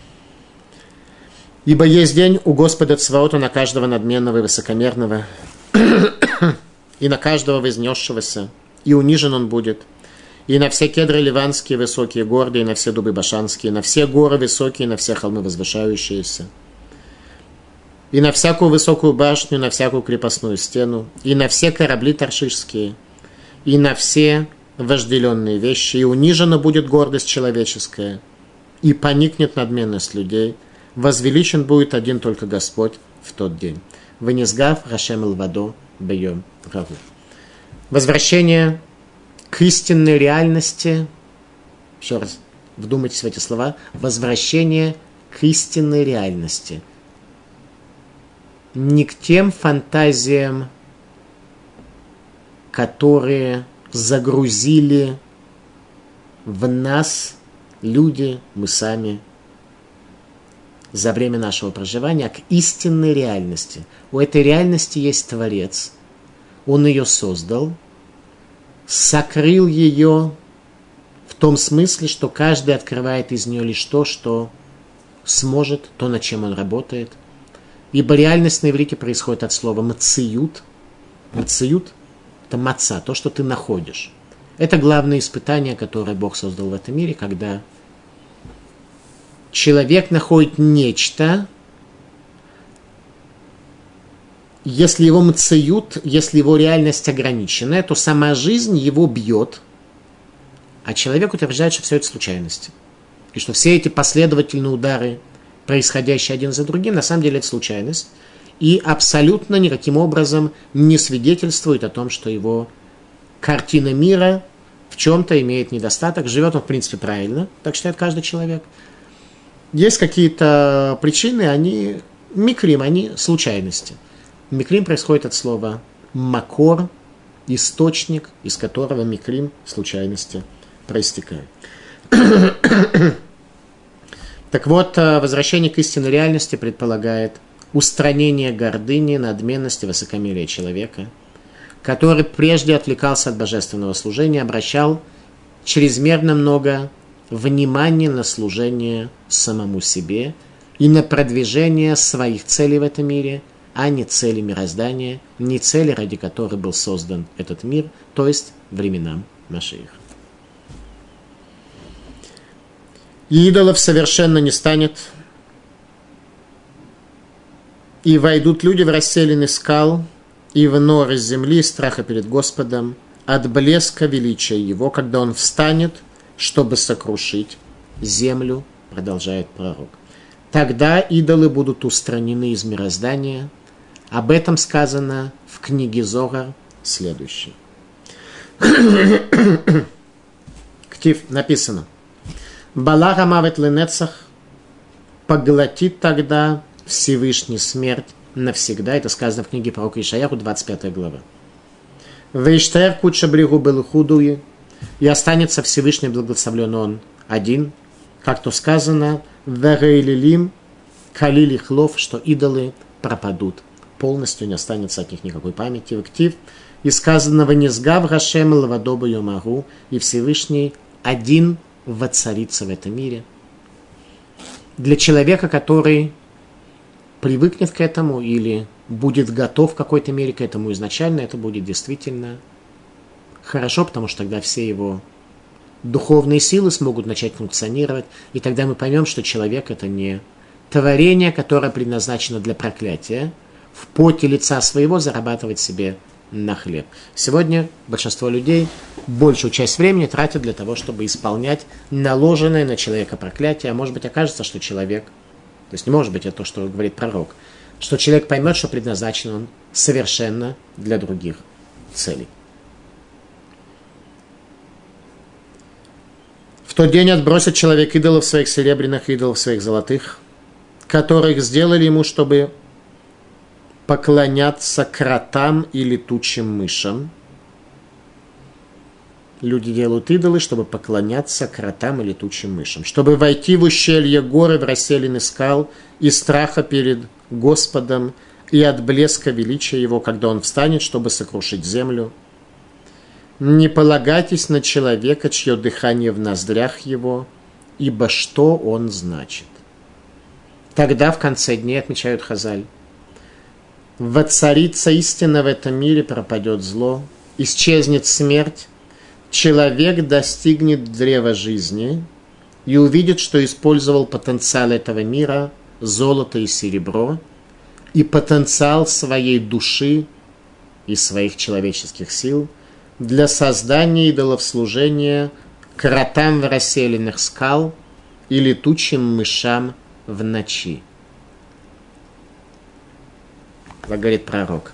Ибо есть день у Господа Цваота на каждого надменного и высокомерного, и на каждого вознесшегося, и унижен он будет, и на все кедры ливанские высокие горды, и на все дубы башанские, и на все горы высокие, и на все холмы возвышающиеся, и на всякую высокую башню, и на всякую крепостную стену, и на все корабли таршишские, и на все вожделенные вещи, и унижена будет гордость человеческая, и поникнет надменность людей, возвеличен будет один только Господь в тот день. Вынесгав Рашем Элвадо Бейом Раву. Возвращение к истинной реальности, еще раз вдумайтесь в эти слова, возвращение к истинной реальности. Не к тем фантазиям, которые загрузили в нас люди, мы сами, за время нашего проживания, а к истинной реальности. У этой реальности есть Творец. Он ее создал, сокрыл ее в том смысле, что каждый открывает из нее лишь то, что сможет, то, над чем он работает. Ибо реальность на иврите происходит от слова «мациют». «Мациют» – это маца, то, что ты находишь. Это главное испытание, которое Бог создал в этом мире, когда человек находит нечто, если его мациют, если его реальность ограничена, то сама жизнь его бьет, а человек утверждает, что все это случайности. И что все эти последовательные удары, происходящие один за другим, на самом деле это случайность. И абсолютно никаким образом не свидетельствует о том, что его картина мира в чем-то имеет недостаток. Живет он, в принципе, правильно, так считает каждый человек. Есть какие-то причины, они микрим, они случайности. Микрим происходит от слова макор, источник, из которого микрим, случайности, проистекает. Так вот, возвращение к истинной реальности предполагает устранение гордыни, надменности, высокомерия человека, который прежде отвлекался от божественного служения, обращал чрезмерно много внимания на служение самому себе и на продвижение своих целей в этом мире, а не цели мироздания, не цели, ради которой был создан этот мир, то есть временам Машиаха. И идолов совершенно не станет, и войдут люди в расселины скал, и в норы земли страха перед Господом, от блеска величия Его, когда Он встанет, чтобы сокрушить землю, продолжает пророк. Тогда идолы будут устранены из мироздания. Об этом сказано в книге Зогар следующее. Ктив написано. Балаха мавет ленецах, поглотит тогда Всевышний смерть навсегда. Это сказано в книге пророка Ишаяху, 25 глава. Вейштер куча бригу был худуи, и останется Всевышний благословлен он один, как то сказано, верейлилим калили хлов, что идолы пропадут. Полностью не останется от них никакой памяти. Вектив, и сказано, венесгав Гашем лавадоба йомару, и Всевышний один воцарится в этом мире. Для человека, который привыкнет к этому или будет готов в какой-то мере к этому изначально, это будет действительно хорошо, потому что тогда все его духовные силы смогут начать функционировать, и тогда мы поймем, что человек – это не творение, которое предназначено для проклятия, в поте лица своего зарабатывать себе на хлеб. Сегодня большинство людей большую часть времени тратят для того, чтобы исполнять наложенное на человека проклятие, а может быть окажется, что человек, то есть не может быть, это то, что говорит пророк, что человек поймет, что предназначен он совершенно для других целей. В тот день отбросит человек идолов своих серебряных, идолов своих золотых, которых сделали ему, чтобы поклоняться кротам и летучим мышам. Люди делают идолы, чтобы поклоняться кротам и летучим мышам, чтобы войти в ущелье горы, в расселины скал, из страха перед Господом и от блеска величия Его, когда Он встанет, чтобы сокрушить землю. Не полагайтесь на человека, чье дыхание в ноздрях его, ибо что он значит? Тогда в конце дней, отмечают Хазаль, воцарится истина в этом мире, пропадет зло, исчезнет смерть, человек достигнет древа жизни и увидит, что использовал потенциал этого мира, золото и серебро, и потенциал своей души и своих человеческих сил для создания идолослужения кротам в расселенных скал и летучим мышам в ночи. Так говорит пророк.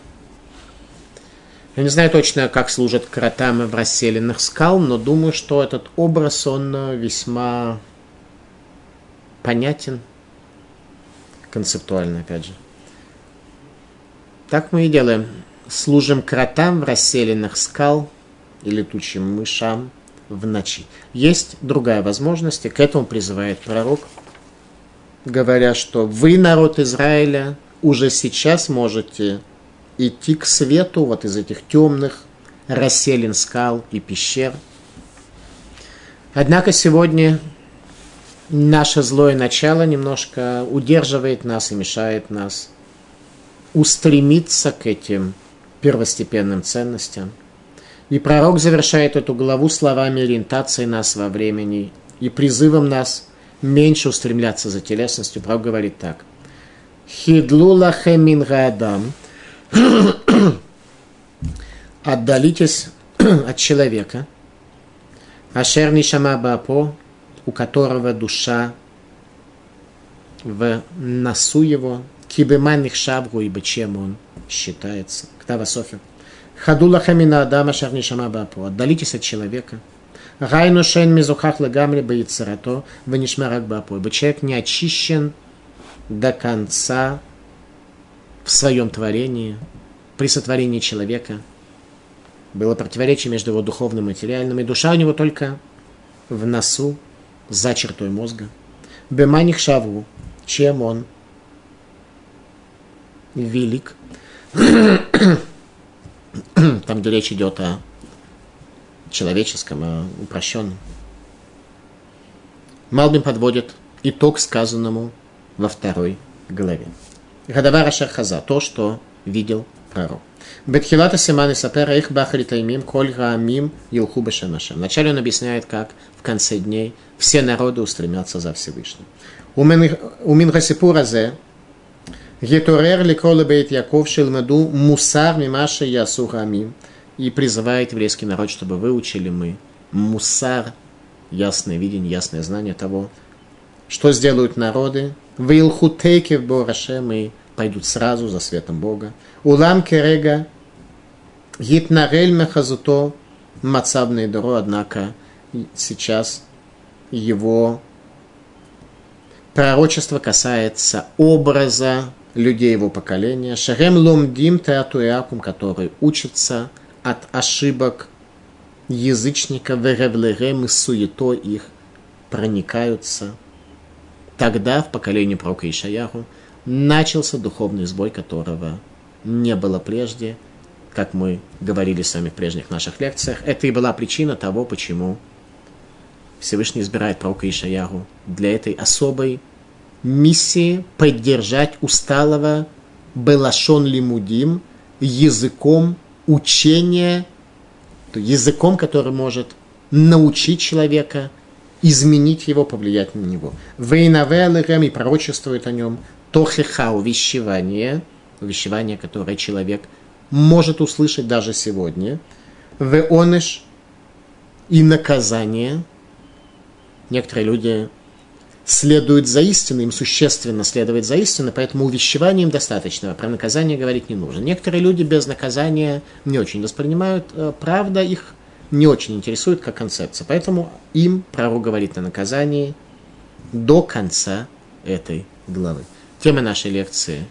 Я не знаю точно, как служат кротам в расселенных скал, но думаю, что этот образ, он весьма понятен, концептуально, опять же. Так мы и делаем. Служим кротам в расселенных скал и летучим мышам в ночи. Есть другая возможность, и к этому призывает пророк, говоря, что вы, народ Израиля, уже сейчас можете идти к свету вот из этих темных расселин скал и пещер. Однако сегодня наше злое начало немножко удерживает нас и мешает нас устремиться к этим первостепенным ценностям. И пророк завершает эту главу словами ориентации нас во времени и призывом нас меньше устремляться за телесностью. Пророк говорит так. «Хидлу лахем мин гаадам» «Отдалитесь от человека, ашер нишама баапо», у которого душа в носу его, кибеман их шабгу, ибо чем он считается. Ктава Софер. «Хадула хамина адама ашер нишама баапо». Отдалитесь от человека. «Гайну шен мизухах лагамри баицерато ванишмарак баапо». Ибо человек не очищен до конца в своем творении. При сотворении человека было противоречие между его духовным и материальным, и душа у него только в носу, за чертой мозга. Беманих шаву, чем он велик. Там, где речь идет о человеческом, о упрощенном. Малбим подводит итог сказанному во второй главе. Гадавар ашер хаза, то, что видел пророк. Бетхилата семаны сапера их бахритаймим коль гаамим илху бешемашем. Вначале он объясняет, как в конце дней все народы устремятся за Всевышним. Умин гасипуразе геторер ликола бейт Яков шилмаду мусар мимаши ясу гаамим. И призывает еврейский народ, чтобы выучили мы мусар, ясное видение, ясное знание того, что сделают народы. Вилху тейкев борашем, и пойдут сразу за светом Бога. Улам керега гитнарель мехазуто мацабный доро, однако сейчас его пророчество касается образа людей его поколения. Шарем ломдим театуякум, который учится от ошибок язычника, веревлерем и суето их проникаются. Тогда в поколении пророка Ишаяху начался духовный сбой, которого не было прежде, как мы говорили с вами в прежних наших лекциях. Это и была причина того, почему Всевышний избирает пророка Ишаяху для этой особой миссии поддержать усталого белашон лимудим языком учения, языком, который может научить человека, изменить его, повлиять на него. Вейнавелэгэм, и пророчествует о нем тохеха, увещевание, которое человек может услышать даже сегодня. Веоныш, и наказание. Некоторые люди следуют за истиной, им существенно следовать за истиной, поэтому увещевания им достаточно, про наказание говорить не нужно. Некоторые люди без наказания не очень воспринимают, правда их не очень интересует как концепция, поэтому им пророк говорит о наказании до конца этой главы. Тема нашей лекции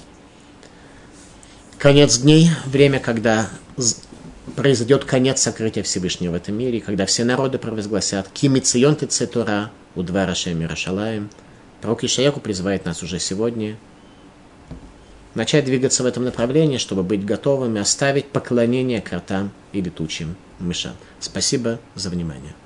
– конец дней, время, когда произойдет конец сокрытия Всевышнего в этом мире, когда все народы провозгласят «Кимицион тице Тора, удва Рашем Мирашалаем». Пророк Ишаяху призывает нас уже сегодня начать двигаться в этом направлении, чтобы быть готовыми оставить поклонение кротам и летучим мышам. Спасибо за внимание.